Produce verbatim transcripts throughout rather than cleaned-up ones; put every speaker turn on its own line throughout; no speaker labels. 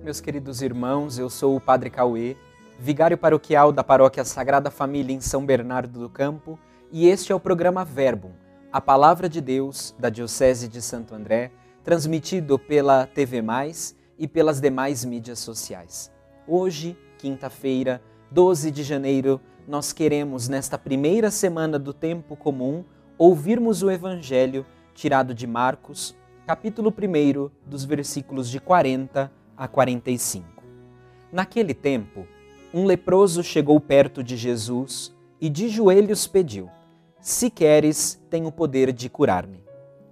Meus queridos irmãos, eu sou o Padre Cauê, vigário paroquial da Paróquia Sagrada Família em São Bernardo do Campo, e este é o programa Verbum, a Palavra de Deus da Diocese de Santo André, transmitido pela T V Mais e pelas demais mídias sociais. Hoje, quinta-feira, doze de janeiro, nós queremos, nesta primeira semana do tempo comum, ouvirmos o Evangelho tirado de Marcos, capítulo primeiro, dos versículos de quarenta a quarenta e cinco. Naquele tempo, um leproso chegou perto de Jesus e de joelhos pediu: "Se queres, tem o poder de curar-me."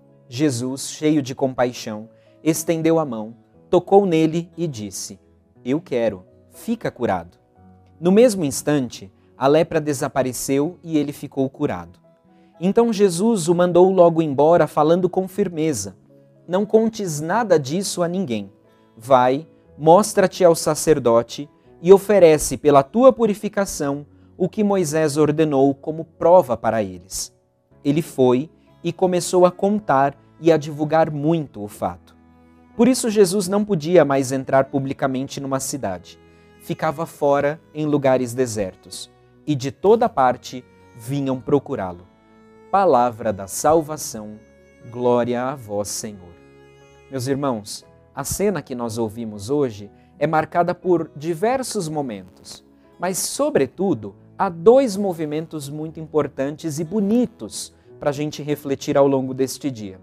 Jesus, cheio de compaixão, estendeu a mão, tocou nele e disse: "Eu quero, fica curado." No mesmo instante, a lepra desapareceu e ele ficou curado. Então Jesus o mandou logo embora, falando com firmeza: "Não contes nada disso a ninguém. Vai, mostra-te ao sacerdote e oferece pela tua purificação o que Moisés ordenou como prova para eles." Ele foi e começou a contar e a divulgar muito o fato. Por isso Jesus não podia mais entrar publicamente numa cidade. Ficava fora em lugares desertos, e de toda parte vinham procurá-lo. Palavra da salvação, glória a vós, Senhor. Meus irmãos, a cena que nós ouvimos hoje é marcada por diversos momentos, mas, sobretudo, há dois movimentos muito importantes e bonitos para a gente refletir ao longo deste dia.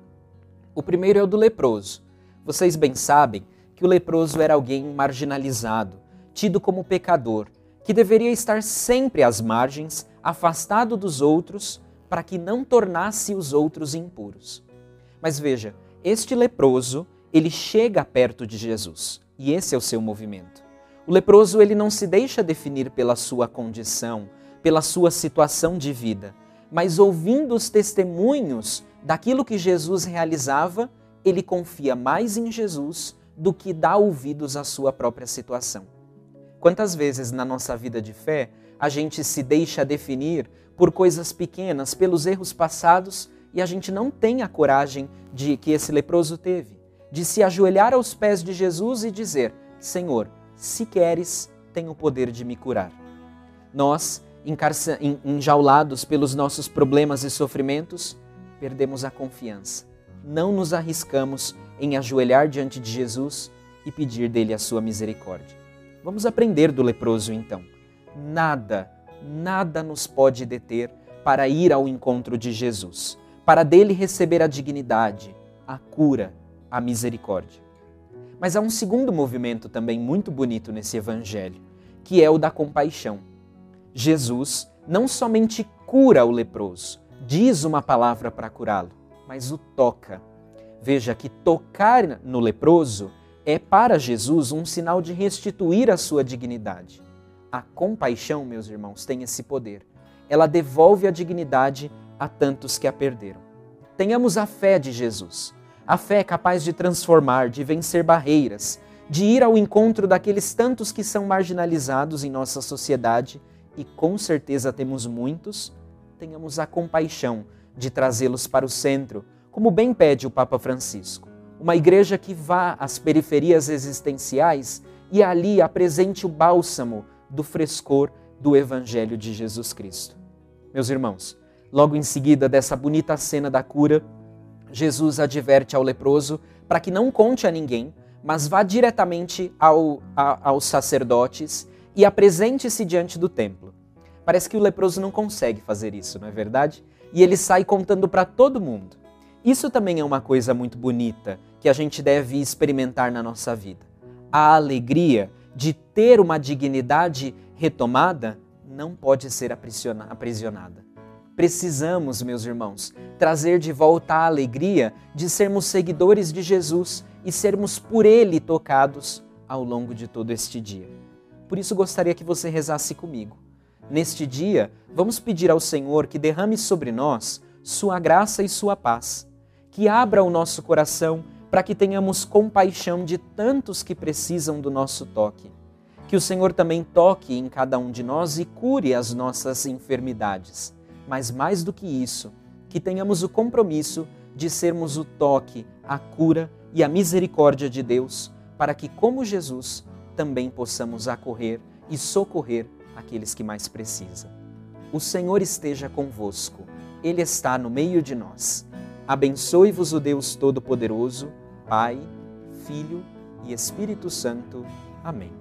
O primeiro é o do leproso. Vocês bem sabem que o leproso era alguém marginalizado, tido como pecador, que deveria estar sempre às margens, afastado dos outros, para que não tornasse os outros impuros. Mas veja, este leproso, ele chega perto de Jesus, e esse é o seu movimento. O leproso, ele não se deixa definir pela sua condição, pela sua situação de vida, mas ouvindo os testemunhos daquilo que Jesus realizava, ele confia mais em Jesus do que dá ouvidos à sua própria situação. Quantas vezes na nossa vida de fé a gente se deixa definir por coisas pequenas, pelos erros passados, e a gente não tem a coragem de que esse leproso teve, de se ajoelhar aos pés de Jesus e dizer: "Senhor, se queres, tem o poder de me curar." Nós, encarce... enjaulados pelos nossos problemas e sofrimentos, perdemos a confiança. Não nos arriscamos em ajoelhar diante de Jesus e pedir dele a sua misericórdia. Vamos aprender do leproso então. Nada, nada nos pode deter para ir ao encontro de Jesus, para dele receber a dignidade, a cura, a misericórdia. Mas há um segundo movimento também muito bonito nesse evangelho, que é o da compaixão. Jesus não somente cura o leproso, diz uma palavra para curá-lo, mas o toca. Veja que tocar no leproso é para Jesus um sinal de restituir a sua dignidade. A compaixão, meus irmãos, tem esse poder. Ela devolve a dignidade a tantos que a perderam. Tenhamos a fé de Jesus. A fé é capaz de transformar, de vencer barreiras, de ir ao encontro daqueles tantos que são marginalizados em nossa sociedade, e com certeza temos muitos. Tenhamos a compaixão de trazê-los para o centro, como bem pede o Papa Francisco. Uma igreja que vá às periferias existenciais e ali apresente o bálsamo do frescor do Evangelho de Jesus Cristo. Meus irmãos, logo em seguida dessa bonita cena da cura, Jesus adverte ao leproso para que não conte a ninguém, mas vá diretamente ao, a, aos sacerdotes e apresente-se diante do templo. Parece que o leproso não consegue fazer isso, não é verdade? E ele sai contando para todo mundo. Isso também é uma coisa muito bonita que a gente deve experimentar na nossa vida. A alegria de ter uma dignidade retomada não pode ser aprisionada. Precisamos, meus irmãos, trazer de volta a alegria de sermos seguidores de Jesus e sermos por Ele tocados ao longo de todo este dia. Por isso gostaria que você rezasse comigo. Neste dia, vamos pedir ao Senhor que derrame sobre nós sua graça e sua paz, que abra o nosso coração para que tenhamos compaixão de tantos que precisam do nosso toque. Que o Senhor também toque em cada um de nós e cure as nossas enfermidades. Mas mais do que isso, que tenhamos o compromisso de sermos o toque, a cura e a misericórdia de Deus para que, como Jesus, também possamos acorrer e socorrer aqueles que mais precisam. O Senhor esteja convosco, Ele está no meio de nós. Abençoe-vos o Deus Todo-Poderoso, Pai, Filho e Espírito Santo. Amém.